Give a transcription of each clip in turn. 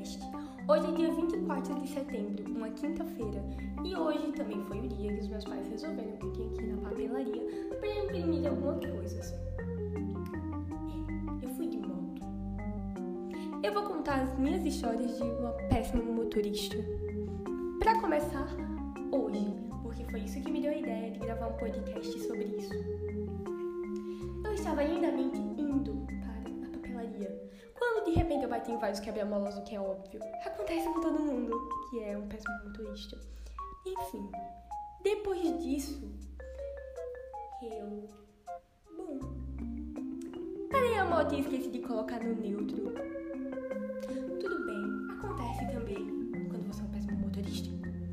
podcast. Hoje é dia 24 de setembro, uma quinta-feira, e hoje também foi o dia que os meus pais resolveram que eu tinha que ir na papelaria para imprimir alguma coisa. Eu fui de moto. Eu vou contar as minhas histórias de uma péssima motorista. Para começar, hoje, porque foi isso que me deu a ideia de gravar um podcast sobre isso. Eu estava lindamente indo para a papelaria, quando de repente eu bati em vários quebra-molas, o que é óbvio. Acontece com todo mundo, que é um péssimo motorista. Enfim, depois disso, parei a moto e esqueci de colocar no neutro. Tudo bem, acontece também quando você é um péssimo motorista.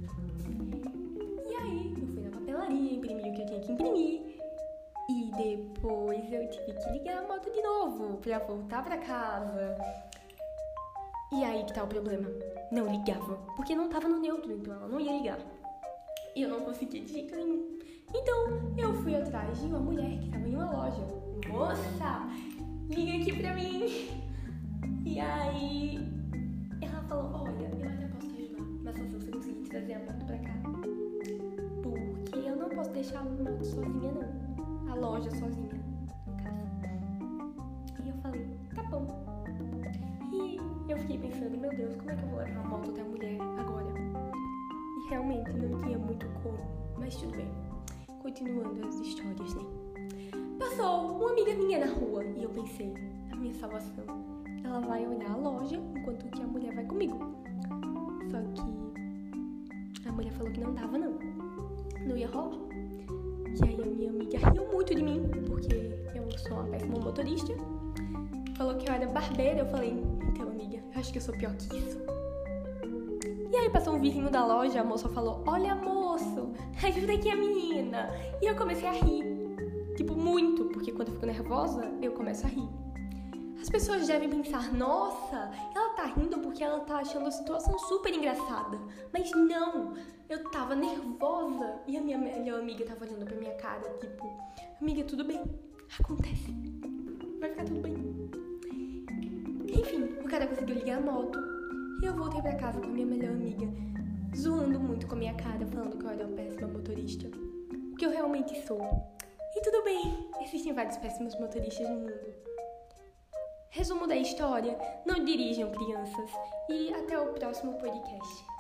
E aí, eu fui na papelaria, imprimi o que eu tinha que imprimir. E depois eu tive que ligar a moto de novo pra voltar pra casa. E aí que tá o problema. Não ligava, porque não tava no neutro, então ela não ia ligar. E eu não conseguia de jeito nenhum. Então eu fui atrás de uma mulher que tava em uma loja. Moça, liga aqui pra mim. E aí ela falou, olha, eu até posso te ajudar, mas só se você conseguir trazer a moto pra cá. Porque eu não posso deixar a moto sozinha, não. A loja sozinha, no caso. E eu falei, tá bom. E eu fiquei pensando, meu Deus, como é que eu vou levar a moto até a mulher agora? E realmente não tinha muito como, mas tudo bem. Continuando as histórias, né? Passou uma amiga minha na rua e eu pensei, a minha salvação, ela vai olhar a loja enquanto que a mulher vai comigo. Só que a mulher falou que não dava, não ia rolar. E aí a minha amiga riu muito de mim, porque eu sou uma péssima motorista. Falou que eu era barbeira. Eu falei, então amiga, eu acho que eu sou pior que isso. E aí passou um vizinho da loja, a moça falou, olha moço, ajuda aqui a menina. E eu comecei a rir, tipo muito, porque quando eu fico nervosa, eu começo a rir. As pessoas devem pensar, nossa, ela tá rindo porque ela tá achando a situação super engraçada. Mas não, eu tava nervosa e a minha melhor amiga tava olhando pra minha cara, tipo, amiga, tudo bem, acontece, vai ficar tudo bem. Enfim, o cara conseguiu ligar a moto e eu voltei pra casa com a minha melhor amiga, zoando muito com a minha cara, falando que eu era uma péssima motorista, o que eu realmente sou. E tudo bem, existem vários péssimos motoristas no mundo. Resumo da história, não dirijam crianças e até o próximo podcast.